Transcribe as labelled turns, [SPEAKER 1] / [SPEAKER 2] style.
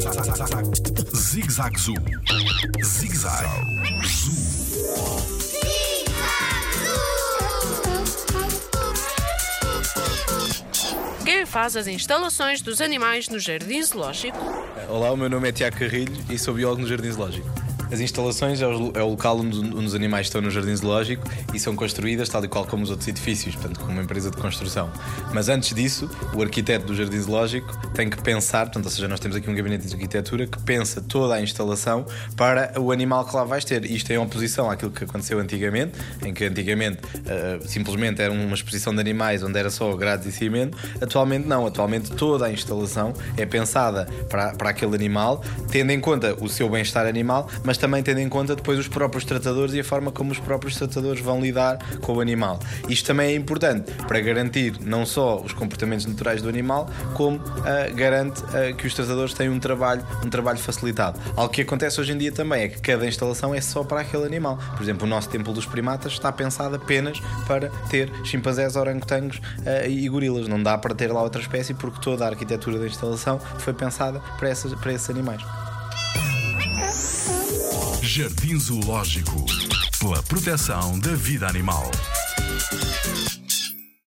[SPEAKER 1] Zig-Zag Zoo. Zig-Zag Zoo.
[SPEAKER 2] Quem faz as instalações dos animais no Jardim Zoológico?
[SPEAKER 3] Olá, o meu nome é Tiago Carrilho e sou biólogo no Jardim Zoológico. As instalações é o local onde os animais estão no Jardim Zoológico e são construídas tal e qual como os outros edifícios, portanto, como uma empresa de construção. Mas antes disso, o arquiteto do Jardim Zoológico tem que pensar, portanto, ou seja, nós temos aqui um gabinete de arquitetura que pensa toda a instalação para o animal que lá vais ter. Isto em oposição àquilo que aconteceu antigamente, em que antigamente simplesmente era uma exposição de animais onde era só grades e cimento. Atualmente não, atualmente toda a instalação é pensada para aquele animal, tendo em conta o seu bem-estar animal, mas também tendo em conta depois os próprios tratadores e a forma como os próprios tratadores vão lidar com o animal. Isto também é importante para garantir não só os comportamentos naturais do animal, como garante que os tratadores têm um trabalho facilitado. Algo que acontece hoje em dia também é que cada instalação é só para aquele animal. Por exemplo, o nosso Templo dos Primatas está pensado apenas para ter chimpanzés, orangotangos e gorilas. Não dá para ter lá outra espécie porque toda a arquitetura da instalação foi pensada para esses animais.
[SPEAKER 1] Jardim Zoológico, pela proteção da vida animal.